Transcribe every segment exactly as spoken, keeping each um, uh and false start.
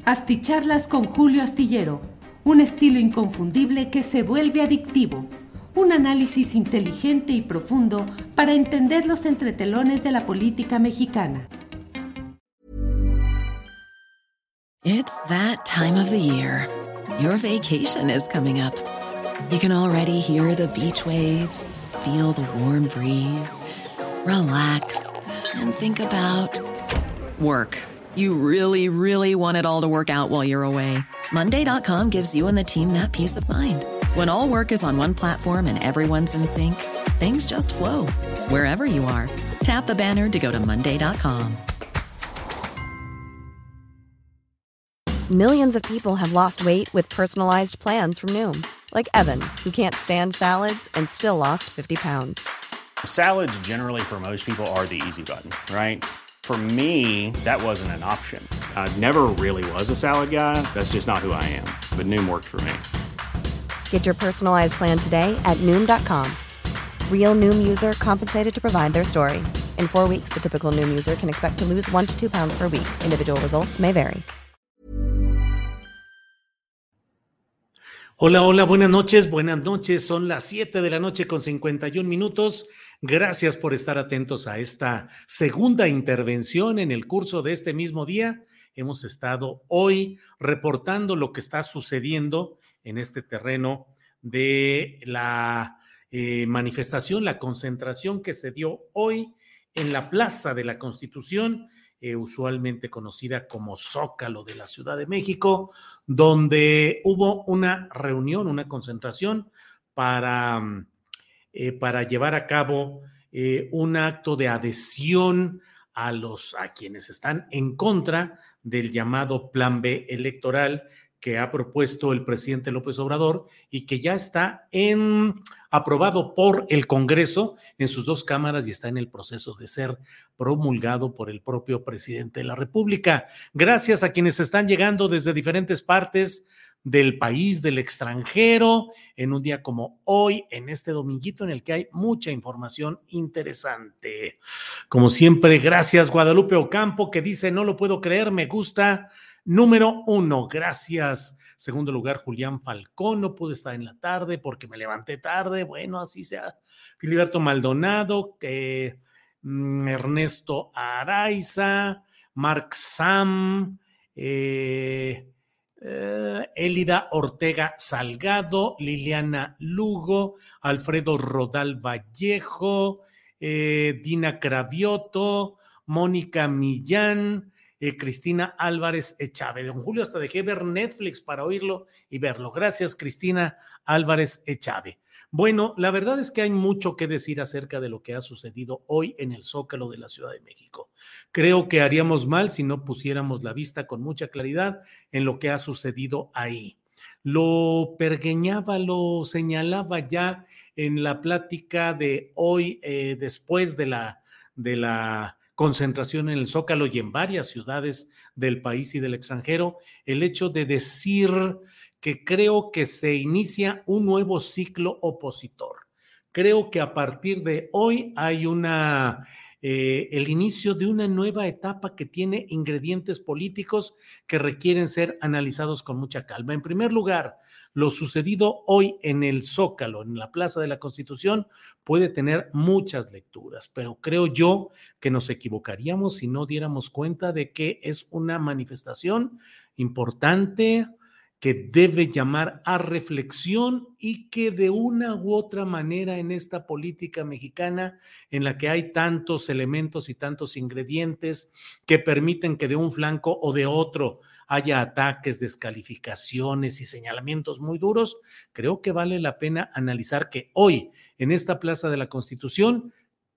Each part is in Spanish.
Asticharlas con Julio Astillero, un estilo inconfundible que se vuelve adictivo. Un análisis inteligente y profundo para entender los entretelones de la política mexicana. It's that time of the year. Your vacation is coming up. You can already hear the beach waves, feel the warm breeze, relax, and think about work. You really, really want it all to work out while you're away. Monday dot com gives you and the team that peace of mind. When all work is on one platform and everyone's in sync, things just flow. Wherever you are, tap the banner to go to Monday dot com. Millions of people have lost weight with personalized plans from Noom. Like Evan, who can't stand salads and still lost fifty pounds. Salads generally for most people are the easy button, right? For me, that wasn't an option. I never really was a salad guy. That's just not who I am. But Noom worked for me. Get your personalized plan today at Noom dot com. Real Noom user compensated to provide their story. In four weeks, the typical Noom user can expect to lose one to two pounds per week. Individual results may vary. Hola, hola, buenas noches, buenas noches. Son las siete de la noche con cincuenta y un minutos. Gracias por estar atentos a esta segunda intervención en el curso de este mismo día. Hemos estado hoy reportando lo que está sucediendo en este terreno de la eh, manifestación, la concentración que se dio hoy en la Plaza de la Constitución, eh, usualmente conocida como Zócalo de la Ciudad de México, donde hubo una reunión, una concentración para... Eh, para llevar a cabo eh, un acto de adhesión a los a quienes están en contra del llamado Plan B electoral que ha propuesto el presidente López Obrador y que ya está en, aprobado por el Congreso en sus dos cámaras y está en el proceso de ser promulgado por el propio presidente de la República. Gracias a quienes están llegando desde diferentes partes del país, del extranjero, en un día como hoy, en este dominguito en el que hay mucha información interesante. Como siempre, gracias Guadalupe Ocampo, que dice, no lo puedo creer, me gusta. Número uno, gracias. Segundo lugar, Julián Falcón, no pude estar en la tarde porque me levanté tarde, bueno, así sea. Filiberto Maldonado, eh, Ernesto Araiza, Mark Sam, eh, Uh, Élida Ortega Salgado, Liliana Lugo, Alfredo Rodal Vallejo, eh, Dina Cravioto, Mónica Millán, eh, Cristina Álvarez Echave. Don Julio, hasta dejé ver Netflix para oírlo y verlo. Gracias, Cristina Álvarez Echave. Bueno, la verdad es que hay mucho que decir acerca de lo que ha sucedido hoy en el Zócalo de la Ciudad de México. Creo que haríamos mal si no pusiéramos la vista con mucha claridad en lo que ha sucedido ahí. Lo pergeñaba, lo señalaba ya en la plática de hoy, eh, después de la, de la concentración en el Zócalo y en varias ciudades del país y del extranjero, el hecho de decir que creo que se inicia un nuevo ciclo opositor. Creo que a partir de hoy hay una, eh, el inicio de una nueva etapa que tiene ingredientes políticos que requieren ser analizados con mucha calma. En primer lugar, lo sucedido hoy en el Zócalo, en la Plaza de la Constitución, puede tener muchas lecturas, pero creo yo que nos equivocaríamos si no diéramos cuenta de que es una manifestación importante, que debe llamar a reflexión y que de una u otra manera en esta política mexicana en la que hay tantos elementos y tantos ingredientes que permiten que de un flanco o de otro haya ataques, descalificaciones y señalamientos muy duros, creo que vale la pena analizar que hoy en esta Plaza de la Constitución,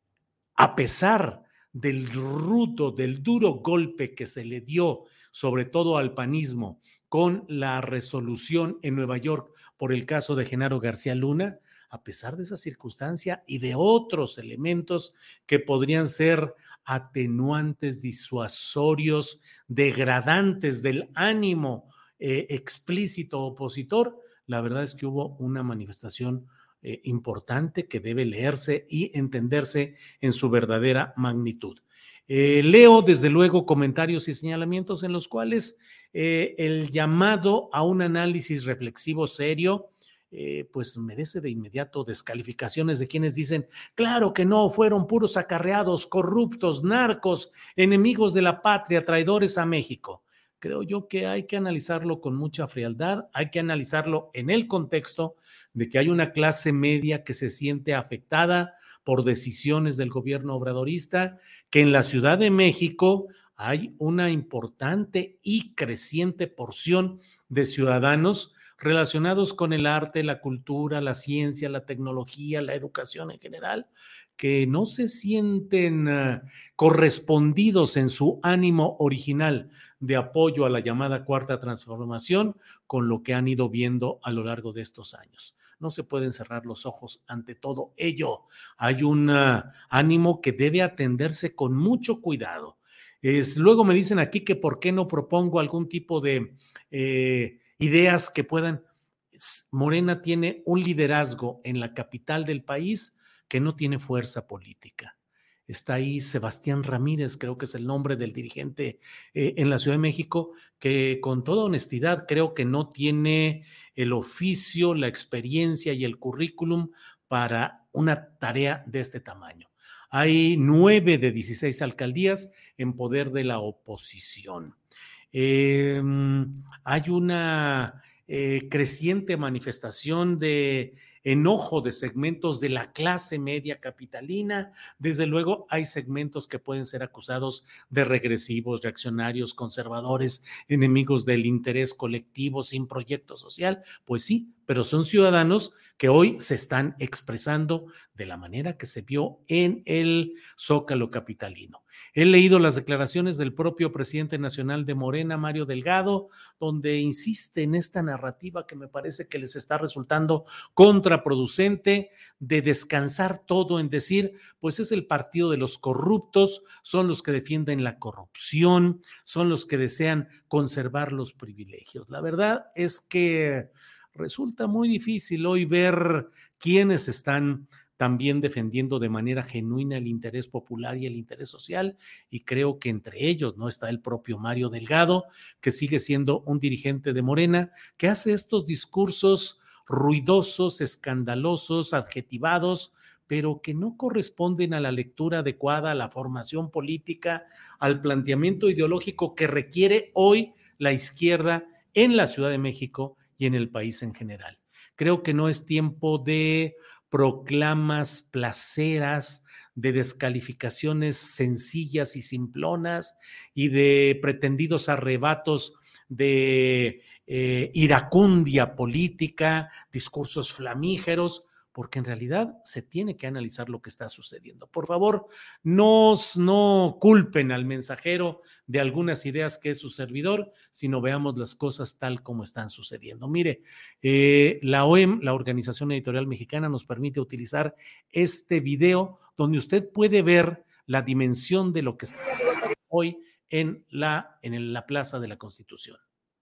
a pesar del rudo, del duro golpe que se le dio sobre todo al panismo con la resolución en Nueva York por el caso de Genaro García Luna, a pesar de esa circunstancia y de otros elementos que podrían ser atenuantes, disuasorios, degradantes del ánimo eh, explícito opositor, la verdad es que hubo una manifestación eh, importante que debe leerse y entenderse en su verdadera magnitud. Eh, leo desde luego comentarios y señalamientos en los cuales eh, el llamado a un análisis reflexivo serio eh, pues merece de inmediato descalificaciones de quienes dicen, claro que no, fueron puros acarreados, corruptos, narcos, enemigos de la patria, traidores a México. Creo yo que hay que analizarlo con mucha frialdad, hay que analizarlo en el contexto de que hay una clase media que se siente afectada por decisiones del gobierno obradorista, que en la Ciudad de México hay una importante y creciente porción de ciudadanos relacionados con el arte, la cultura, la ciencia, la tecnología, la educación en general, que no se sienten uh, correspondidos en su ánimo original de apoyo a la llamada Cuarta Transformación con lo que han ido viendo a lo largo de estos años. No se pueden cerrar los ojos ante todo ello. Hay un uh, ánimo que debe atenderse con mucho cuidado. Es, luego me dicen aquí que por qué no propongo algún tipo de eh, ideas que puedan. Morena tiene un liderazgo en la capital del país que no tiene fuerza política. Está ahí Sebastián Ramírez, creo que es el nombre del dirigente eh, en la Ciudad de México, que con toda honestidad creo que no tiene el oficio, la experiencia y el currículum para una tarea de este tamaño. Hay nueve de dieciséis alcaldías en poder de la oposición. Eh, hay una eh, creciente manifestación de enojo de segmentos de la clase media capitalina. Desde luego hay segmentos que pueden ser acusados de regresivos, reaccionarios, conservadores, enemigos del interés colectivo sin proyecto social. Pues sí, pero son ciudadanos que hoy se están expresando de la manera que se vio en el Zócalo capitalino. He leído las declaraciones del propio presidente nacional de Morena, Mario Delgado, donde insiste en esta narrativa que me parece que les está resultando contraproducente de descansar todo en decir, pues es el partido de los corruptos, son los que defienden la corrupción, son los que desean conservar los privilegios. La verdad es que resulta muy difícil hoy ver quiénes están también defendiendo de manera genuina el interés popular y el interés social, y creo que entre ellos no está el propio Mario Delgado, que sigue siendo un dirigente de Morena, que hace estos discursos ruidosos, escandalosos, adjetivados, pero que no corresponden a la lectura adecuada, a la formación política, al planteamiento ideológico que requiere hoy la izquierda en la Ciudad de México y en el país en general. Creo que no es tiempo de proclamas placeras, de descalificaciones sencillas y simplonas y de pretendidos arrebatos de eh, iracundia política, discursos flamígeros, porque en realidad se tiene que analizar lo que está sucediendo. Por favor, no, no culpen al mensajero de algunas ideas que es su servidor, sino veamos las cosas tal como están sucediendo. Mire, eh, la O E M, la Organización Editorial Mexicana, nos permite utilizar este video donde usted puede ver la dimensión de lo que está hoy en la, en la Plaza de la Constitución.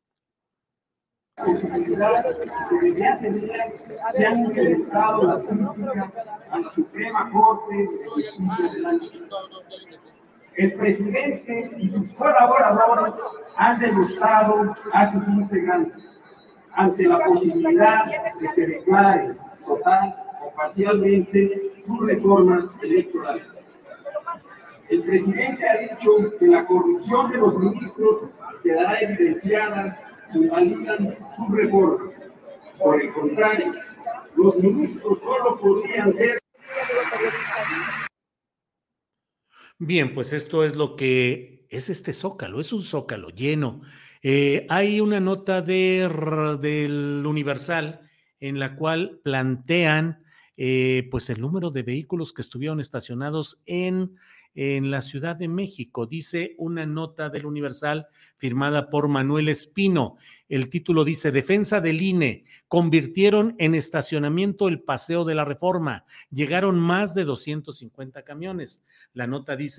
Se han incrementado las críticas a la Suprema Corte de Justicia de la Nación. El presidente y sus colaboradores han demostrado a sus integrantes ante la posibilidad de que declaren total o parcialmente sus reformas electorales. El presidente ha dicho que la corrupción de los ministros quedará evidenciada si validan sus reformas. Por el contrario, los ministros solo podrían ser... Bien, pues esto es lo que es este Zócalo, es un Zócalo lleno. Eh, hay una nota de, del Universal en la cual plantean eh, pues el número de vehículos que estuvieron estacionados en en la Ciudad de México. Dice una nota del Universal firmada por Manuel Espino. El título dice: Defensa del I N E, convirtieron en estacionamiento el Paseo de la Reforma. Llegaron más de doscientos cincuenta camiones. La nota dice: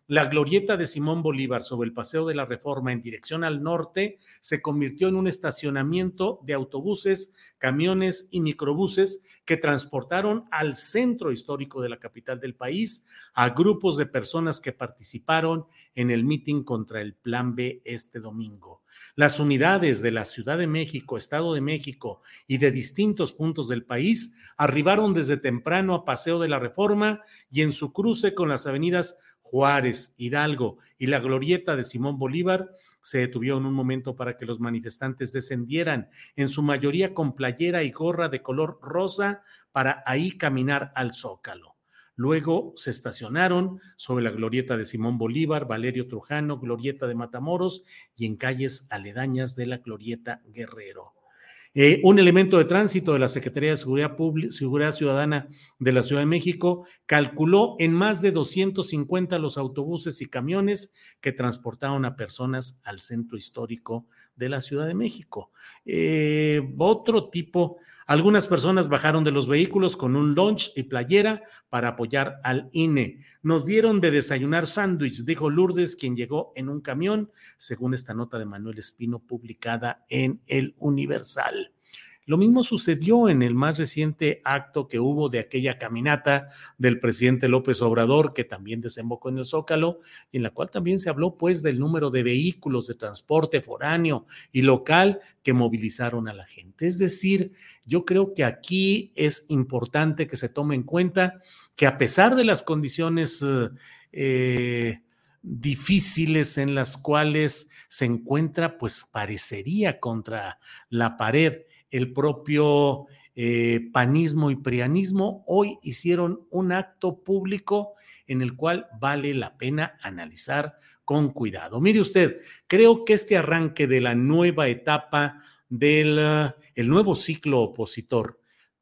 la glorieta de Simón Bolívar sobre el Paseo de la Reforma en dirección al norte se convirtió en un estacionamiento de autobuses, camiones y microbuses que transportaron al centro histórico de la capital del país a grupos de personas que participaron en el mitin contra el Plan B este domingo. Las unidades de la Ciudad de México, Estado de México y de distintos puntos del país arribaron desde temprano a Paseo de la Reforma y en su cruce con las avenidas Juárez, Hidalgo y la glorieta de Simón Bolívar se detuvieron un momento para que los manifestantes descendieran, en su mayoría con playera y gorra de color rosa, para ahí caminar al Zócalo. Luego se estacionaron sobre la glorieta de Simón Bolívar, Valerio Trujano, glorieta de Matamoros y en calles aledañas de la glorieta Guerrero. Eh, un elemento de tránsito de la Secretaría de Seguridad Pública, Seguridad Ciudadana de la Ciudad de México calculó en más de doscientos cincuenta los autobuses y camiones que transportaron a personas al centro histórico de la Ciudad de México. Eh, otro tipo, algunas personas bajaron de los vehículos con un lunch y playera para apoyar al I N E. Nos dieron de desayunar sándwich, dijo Lourdes, quien llegó en un camión, según esta nota de Manuel Espino publicada en El Universal. Lo mismo sucedió en el más reciente acto que hubo de aquella caminata del presidente López Obrador, que también desembocó en el Zócalo, y en la cual también se habló pues del número de vehículos de transporte foráneo y local que movilizaron a la gente. Es decir, yo creo que aquí es importante que se tome en cuenta que a pesar de las condiciones eh, difíciles en las cuales se encuentra, pues parecería contra la pared, el propio eh, panismo y prianismo, hoy hicieron un acto público en el cual vale la pena analizar con cuidado. Mire usted, creo que este arranque de la nueva etapa del uh, el nuevo ciclo opositor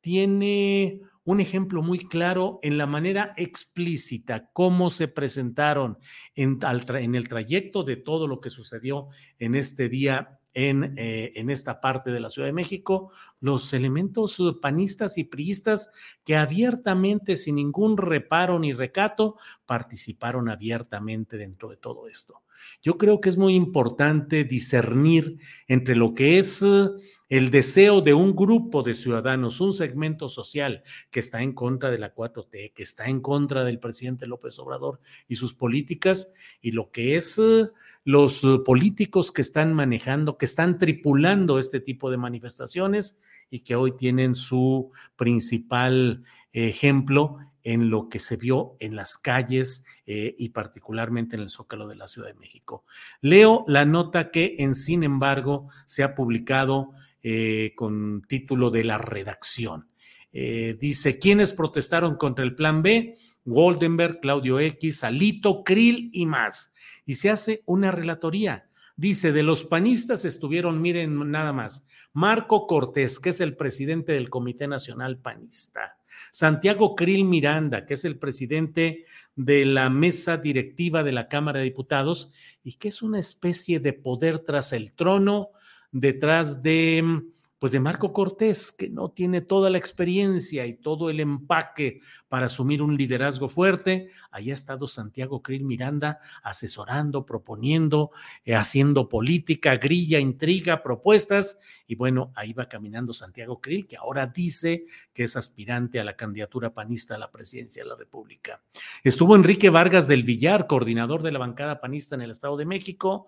tiene un ejemplo muy claro en la manera explícita, cómo se presentaron en, al tra- en el trayecto de todo lo que sucedió en este día En, eh, en esta parte de la Ciudad de México, los elementos panistas y priistas que abiertamente, sin ningún reparo ni recato, participaron abiertamente dentro de todo esto. Yo creo que es muy importante discernir entre lo que es uh, el deseo de un grupo de ciudadanos, un segmento social que está en contra de la cuatro T, que está en contra del presidente López Obrador y sus políticas, y lo que es uh, los uh, políticos que están manejando, que están tripulando este tipo de manifestaciones y que hoy tienen su principal eh, ejemplo en lo que se vio en las calles eh, y particularmente en el Zócalo de la Ciudad de México. Leo la nota que, en sin embargo, se ha publicado eh, con título de La Redacción. Eh, dice, ¿quiénes protestaron contra el Plan B? Goldenberg, Claudio X, Alito, Krill y más. Y se hace una relatoría. Dice, de los panistas estuvieron, miren nada más, Marco Cortés, que es el presidente del Comité Nacional Panista, Santiago Krill Miranda, que es el presidente de la mesa directiva de la Cámara de Diputados y que es una especie de poder tras el trono, detrás de, pues de Marco Cortés, que no tiene toda la experiencia y todo el empaque para asumir un liderazgo fuerte. Ahí ha estado Santiago Krill Miranda asesorando, proponiendo, eh, haciendo política, grilla, intriga, propuestas, y bueno, ahí va caminando Santiago Krill, que ahora dice que es aspirante a la candidatura panista a la presidencia de la República. Estuvo Enrique Vargas del Villar, coordinador de la bancada panista en el Estado de México,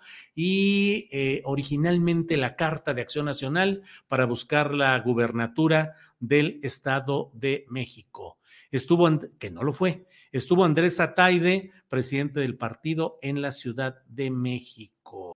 y eh, originalmente la Carta de Acción Nacional para buscar la gubernatura del Estado de México. Estuvo, que no lo fue, estuvo Andrés Ataide, presidente del partido en la Ciudad de México.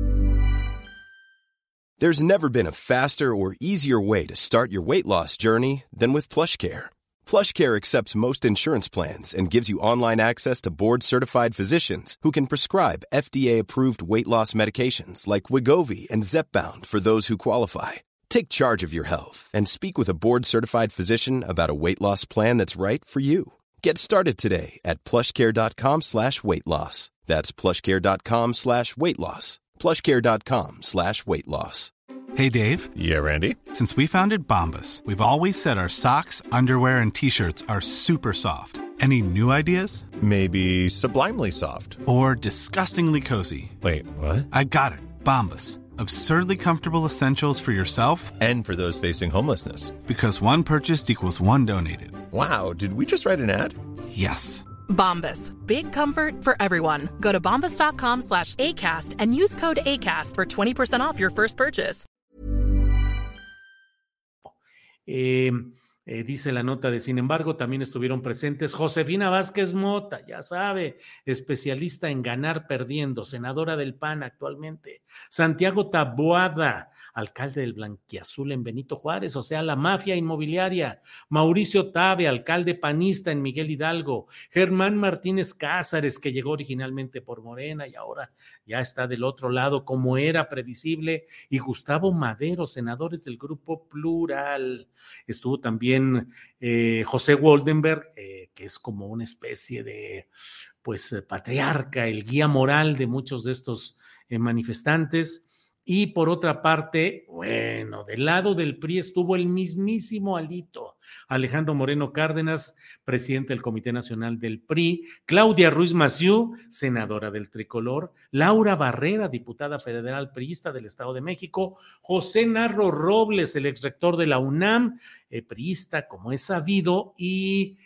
There's never been a faster or easier way to start your weight loss journey than with PlushCare. PlushCare accepts most insurance plans and gives you online access to board-certified physicians who can prescribe F D A-approved weight loss medications like Wegovy and Zepbound for those who qualify. Take charge of your health and speak with a board-certified physician about a weight loss plan that's right for you. Get started today at plushcare.com slash weight loss. That's plushcare.com slash weight loss. plushcare.com slash weight loss. Hey, Dave. Yeah, Randy. Since we founded Bombas, we've always said our socks, underwear, and T-shirts are super soft. Any new ideas? Maybe sublimely soft. Or disgustingly cozy. Wait, what? I got it. Bombas. Absurdly comfortable essentials for yourself and for those facing homelessness. Because one purchased equals one donated. Wow, did we just write an ad? Yes. Bombas. Big comfort for everyone. Go to bombas.com slash ACAST and use code ACAST for twenty percent off your first purchase. Eh, eh, dice la nota de sin embargo, también estuvieron presentes Josefina Vázquez Mota, ya sabe, especialista en ganar perdiendo, senadora del P A N actualmente, Santiago Taboada, alcalde del Blanquiazul en Benito Juárez, o sea, la mafia inmobiliaria, Mauricio Tabe, alcalde panista en Miguel Hidalgo, Germán Martínez Cázares, que llegó originalmente por Morena y ahora ya está del otro lado, como era previsible, y Gustavo Madero, senadores del Grupo Plural. Estuvo también eh, José Woldenberg, eh, que es como una especie de pues patriarca, el guía moral de muchos de estos eh, manifestantes. Y por otra parte, bueno, del lado del P R I estuvo el mismísimo Alito, Alejandro Moreno Cárdenas, presidente del Comité Nacional del P R I, Claudia Ruiz Massieu, senadora del Tricolor, Laura Barrera, diputada federal priista del Estado de México, José Narro Robles, el exrector de la UNAM, eh, priista, como es sabido, y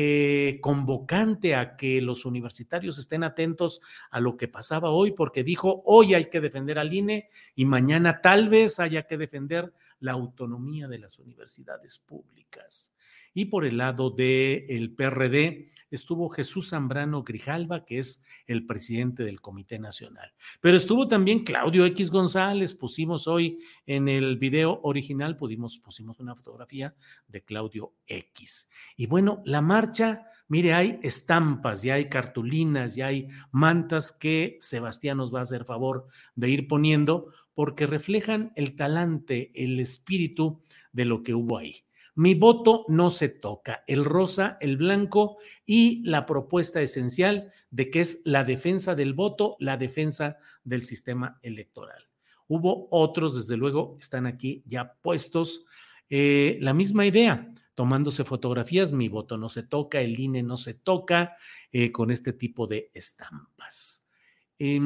Eh, convocante a que los universitarios estén atentos a lo que pasaba hoy, porque dijo, hoy hay que defender al I N E y mañana tal vez haya que defender la autonomía de las universidades públicas. Y por el lado del P R D estuvo Jesús Zambrano Grijalva, que es el presidente del Comité Nacional. Pero estuvo también Claudio X González, pusimos hoy en el video original, pudimos, pusimos una fotografía de Claudio X. Y bueno, la marcha, mire, hay estampas, ya hay cartulinas, ya hay mantas que Sebastián nos va a hacer favor de ir poniendo porque reflejan el talante, el espíritu de lo que hubo ahí. Mi voto no se toca, el rosa, el blanco y la propuesta esencial de que es la defensa del voto, la defensa del sistema electoral. Hubo otros, desde luego, están aquí ya puestos, eh, la misma idea, tomándose fotografías, mi voto no se toca, el I N E no se toca, eh, con este tipo de estampas. Eh,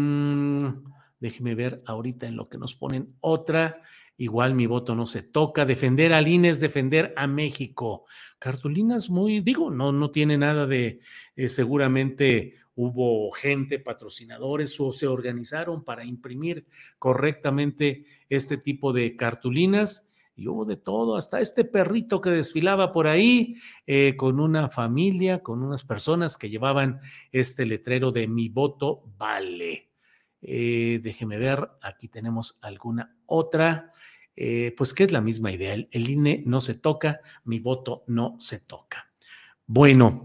déjeme ver ahorita en lo que nos ponen otra. Igual mi voto no se toca, defender al I N E es defender a México. Cartulinas muy, digo, no, no tiene nada de, eh, seguramente hubo gente, patrocinadores o se organizaron para imprimir correctamente este tipo de cartulinas y hubo de todo, hasta este perrito que desfilaba por ahí eh, con una familia, con unas personas que llevaban este letrero de mi voto vale. Eh, déjeme ver, aquí tenemos alguna otra, eh, pues que es la misma idea, el, el I N E no se toca, mi voto no se toca. Bueno,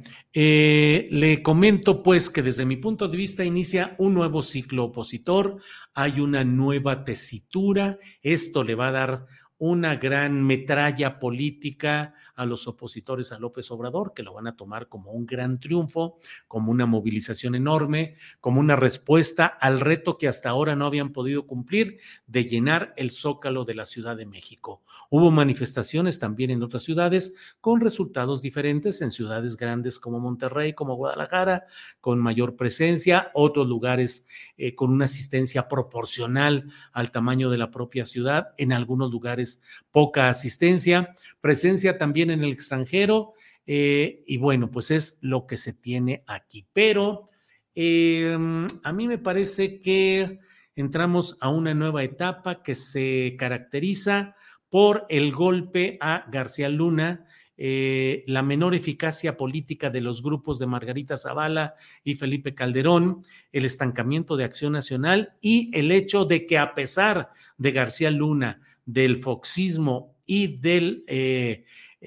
eh, le comento pues que desde mi punto de vista inicia un nuevo ciclo opositor, hay una nueva tesitura, esto le va a dar una gran metralla política a los opositores a López Obrador, que lo van a tomar como un gran triunfo, como una movilización enorme, como una respuesta al reto que hasta ahora no habían podido cumplir de llenar el Zócalo de la Ciudad de México. Hubo manifestaciones también en otras ciudades con resultados diferentes, en ciudades grandes como Monterrey, como Guadalajara, con mayor presencia, otros lugares eh, con una asistencia proporcional al tamaño de la propia ciudad, en algunos lugares poca asistencia, presencia también en el extranjero, eh, y bueno, pues es lo que se tiene aquí. Pero eh, a mí me parece que entramos a una nueva etapa que se caracteriza por el golpe a García Luna, eh, la menor eficacia política de los grupos de Margarita Zavala y Felipe Calderón, el estancamiento de Acción Nacional y el hecho de que a pesar de García Luna, del foxismo y del eh,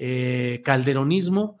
eh, calderonismo,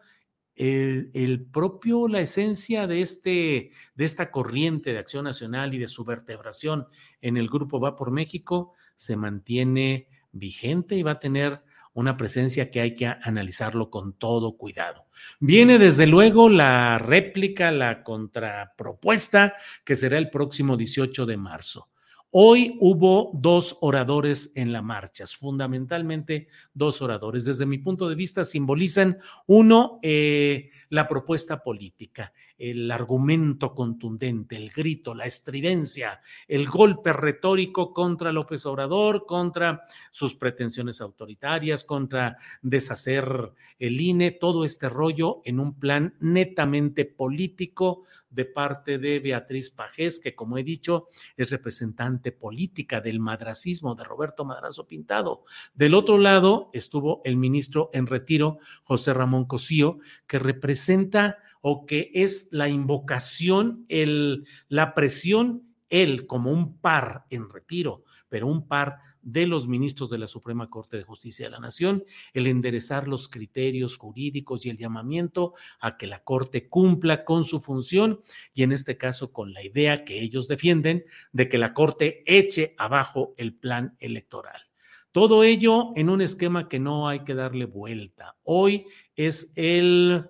el, el propio, la esencia de, este, de esta corriente de Acción Nacional y de su vertebración en el Grupo Va por México se mantiene vigente y va a tener una presencia que hay que analizarlo con todo cuidado. Viene desde luego la réplica, la contrapropuesta, que será el próximo dieciocho de marzo. Hoy hubo dos oradores en la marcha, fundamentalmente dos oradores. Desde mi punto de vista simbolizan, uno, eh, la propuesta política, el argumento contundente, el grito, la estridencia, el golpe retórico contra López Obrador, contra sus pretensiones autoritarias, contra deshacer el I N E, todo este rollo en un plan netamente político de parte de Beatriz Pajés, que como he dicho es representante política del madracismo de Roberto Madrazo Pintado. Del otro lado estuvo el ministro en retiro, José Ramón Cosío, que representa o que es la invocación, el, la presión, él como un par en retiro, pero un par de los ministros de la Suprema Corte de Justicia de la Nación, el enderezar los criterios jurídicos y el llamamiento a que la Corte cumpla con su función y en este caso con la idea que ellos defienden de que la Corte eche abajo el plan electoral. Todo ello en un esquema que no hay que darle vuelta. Hoy es el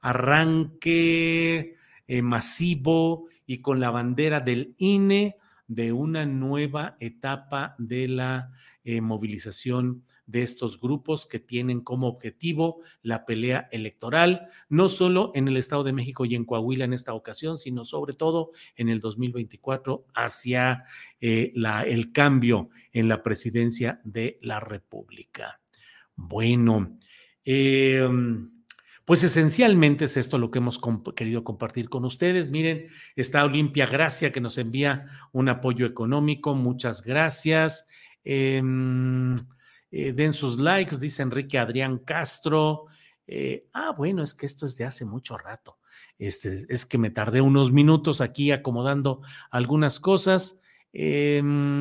arranque eh, masivo y con la bandera del I N E de una nueva etapa de la eh, movilización de estos grupos que tienen como objetivo la pelea electoral, no solo en el Estado de México y en Coahuila en esta ocasión, sino sobre todo en el dos mil veinticuatro hacia eh, la, el cambio en la presidencia de la República. Bueno, eh, pues esencialmente es esto lo que hemos comp- querido compartir con ustedes. Miren, está Olimpia Gracia que nos envía un apoyo económico. Muchas gracias. Eh, eh, den sus likes, dice Enrique Adrián Castro. Eh, ah, bueno, es que esto es de hace mucho rato. Este, es que me tardé unos minutos aquí acomodando algunas cosas. Eh,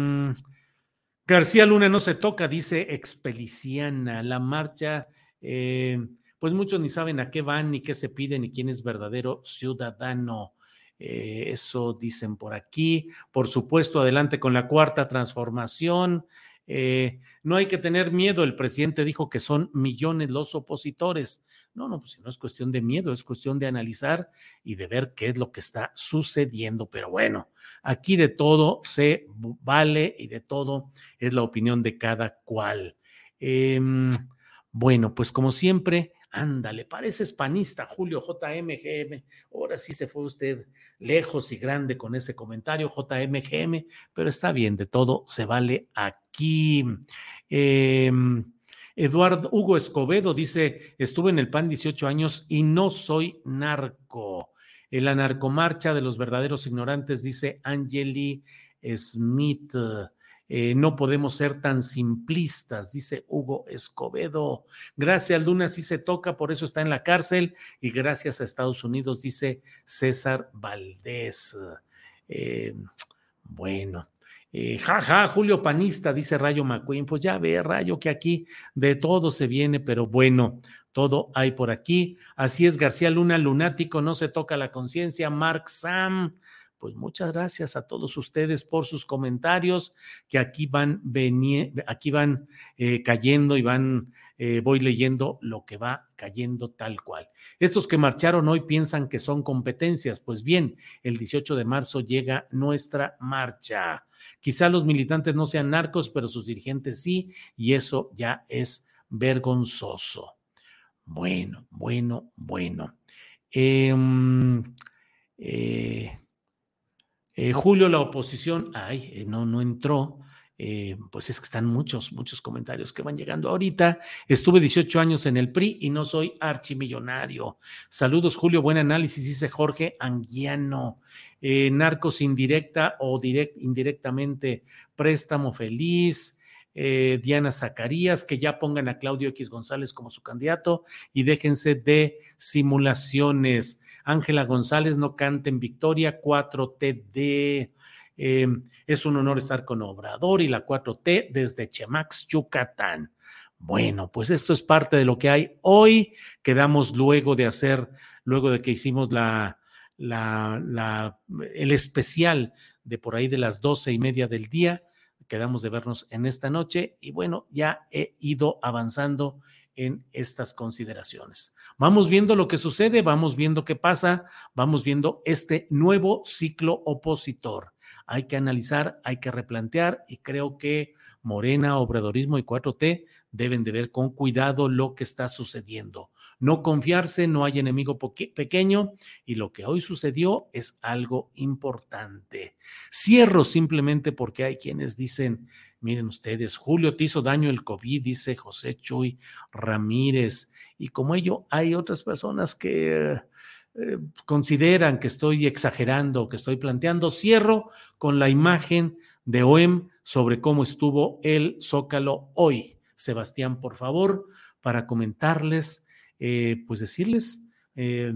García Luna no se toca, dice Expeliciana. La marcha... Eh, pues muchos ni saben a qué van, ni qué se pide, ni quién es verdadero ciudadano. Eh, eso dicen por aquí. Por supuesto, adelante con la cuarta transformación. Eh, no hay que tener miedo. El presidente dijo que son millones los opositores. No, no, pues si no es cuestión de miedo, es cuestión de analizar y de ver qué es lo que está sucediendo. Pero bueno, aquí de todo se vale y de todo es la opinión de cada cual. Eh, bueno, pues como siempre, ándale, parece panista, Julio J M G M. Ahora sí se fue usted lejos y grande con ese comentario, J M G M, pero está bien, de todo se vale aquí. Eh, Eduardo Hugo Escobedo dice, estuve en el P A N dieciocho años y no soy narco. En la narcomarcha de los verdaderos ignorantes, dice Angeli Smith. Eh, no podemos ser tan simplistas, dice Hugo Escobedo. Gracias, Luna, sí se toca, por eso está en la cárcel, y gracias a Estados Unidos, dice César Valdés. Eh, bueno, eh, jaja, Julio Panista, dice Rayo McQueen. Pues ya ve, Rayo, que aquí de todo se viene, pero bueno, todo hay por aquí. Así es, García Luna, lunático, no se toca la conciencia. Mark Sam. Pues muchas gracias a todos ustedes por sus comentarios que aquí van, veni- aquí van eh, cayendo y van, eh, voy leyendo lo que va cayendo tal cual. Estos que marcharon hoy piensan que son competencias. Pues bien, el dieciocho de marzo llega nuestra marcha. Quizá los militantes no sean narcos, pero sus dirigentes sí, y eso ya es vergonzoso. Bueno, bueno, bueno. Eh, eh, Eh, Julio, la oposición, ay, eh, no, no entró, eh, pues es que están muchos, muchos comentarios que van llegando ahorita. Estuve dieciocho años en el P R I y no soy archimillonario. Saludos, Julio, buen análisis, dice Jorge Anguiano. Eh, narcos indirecta o direct, indirectamente, préstamo feliz. Eh, Diana Zacarías, que ya pongan a Claudio X González como su candidato y déjense de simulaciones. Ángela González, no canten victoria, cuatro T D. Eh, es un honor estar con Obrador y la cuatro T desde Chemax, Yucatán. Bueno, pues esto es parte de lo que hay hoy. Quedamos luego de hacer, luego de que hicimos la, la, la, el especial de por ahí de las doce y media del día, quedamos de vernos en esta noche y bueno, ya he ido avanzando en estas consideraciones. Vamos viendo lo que sucede, vamos viendo qué pasa, vamos viendo este nuevo ciclo opositor. Hay que analizar, hay que replantear y creo que Morena, obradorismo y cuatro T deben de ver con cuidado lo que está sucediendo. No confiarse, no hay enemigo pequeño y lo que hoy sucedió es algo importante. Cierro simplemente porque hay quienes dicen, miren ustedes, Julio, te hizo daño el COVID, dice José Chuy Ramírez, y como ello hay otras personas que eh, consideran que estoy exagerando, que estoy planteando. Cierro con la imagen de O E M sobre cómo estuvo el Zócalo hoy. Sebastián, por favor, para comentarles, eh, pues decirles, eh,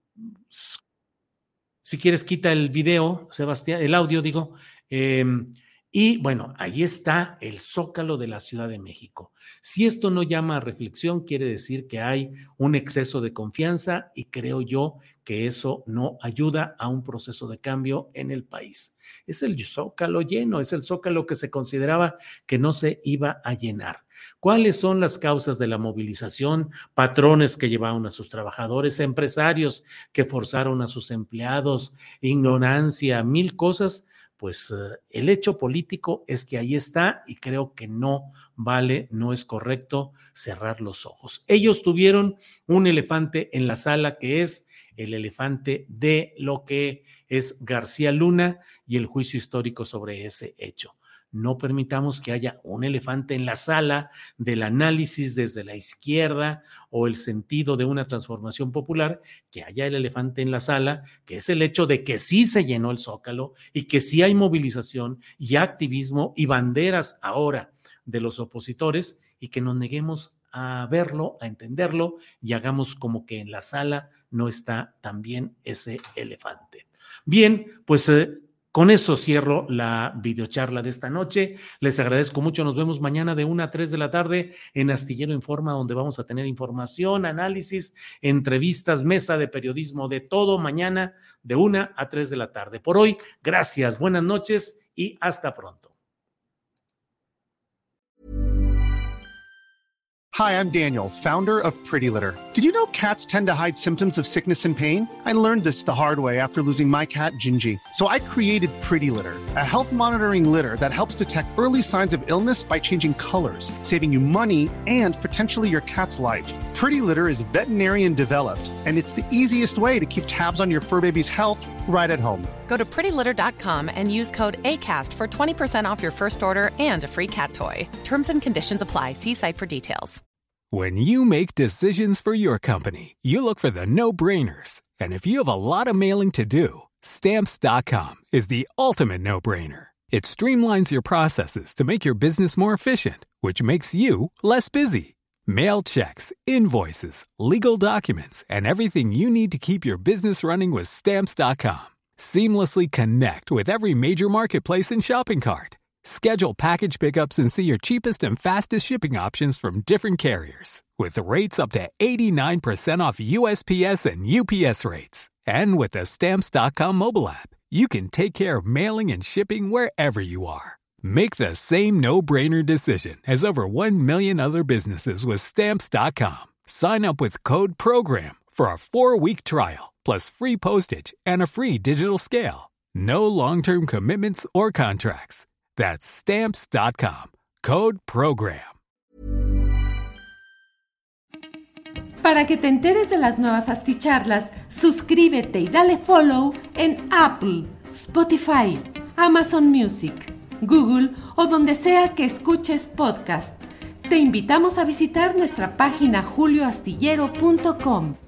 si quieres quita el video, Sebastián, el audio digo, eh, y bueno, ahí está el Zócalo de la Ciudad de México. Si esto no llama a reflexión, quiere decir que hay un exceso de confianza y creo yo que eso no ayuda a un proceso de cambio en el país. Es el Zócalo lleno, es el Zócalo que se consideraba que no se iba a llenar. ¿Cuáles son las causas de la movilización? Patrones que llevaron a sus trabajadores, empresarios que forzaron a sus empleados, ignorancia, mil cosas. Pues uh, el hecho político es que ahí está y creo que no vale, no es correcto cerrar los ojos. Ellos tuvieron un elefante en la sala que es el elefante de lo que es García Luna y el juicio histórico sobre ese hecho. No permitamos que haya un elefante en la sala del análisis desde la izquierda o el sentido de una transformación popular, que haya el elefante en la sala, que es el hecho de que sí se llenó el Zócalo y que sí hay movilización y activismo y banderas ahora de los opositores y que nos neguemos a verlo, a entenderlo y hagamos como que en la sala no está también ese elefante. Bien, pues eh, con eso cierro la videocharla de esta noche. Les agradezco mucho. Nos vemos mañana de una a tres de la tarde en Astillero Informa, donde vamos a tener información, análisis, entrevistas, mesa de periodismo, de todo mañana de una a tres de la tarde. Por hoy, gracias, buenas noches y hasta pronto. Hi, I'm Daniel, founder of Pretty Litter. Did you know cats tend to hide symptoms of sickness and pain? I learned this the hard way after losing my cat, Gingy. So I created Pretty Litter, a health monitoring litter that helps detect early signs of illness by changing colors, saving you money and potentially your cat's life. Pretty Litter is veterinarian developed, and it's the easiest way to keep tabs on your fur baby's health right at home. Go to pretty litter dot com and use code ACAST for twenty percent off your first order and a free cat toy. Terms and conditions apply. See site for details. When you make decisions for your company, you look for the no-brainers. And if you have a lot of mailing to do, Stamps dot com is the ultimate no-brainer. It streamlines your processes to make your business more efficient, which makes you less busy. Mail checks, invoices, legal documents, and everything you need to keep your business running with Stamps dot com. Seamlessly connect with every major marketplace and shopping cart. Schedule package pickups and see your cheapest and fastest shipping options from different carriers. With rates up to eighty-nine percent off U S P S and U P S rates. And with the Stamps dot com mobile app, you can take care of mailing and shipping wherever you are. Make the same no-brainer decision as over one million other businesses with Stamps dot com. Sign up with code PROGRAM for a four-week trial, plus free postage and a free digital scale. No long-term commitments or contracts. That's Stamps dot com. Code PROGRAM. Para que te enteres de las nuevas asticharlas, suscríbete y dale follow en Apple, Spotify, Amazon Music, Google o donde sea que escuches podcast. Te invitamos a visitar nuestra página julio astillero punto com.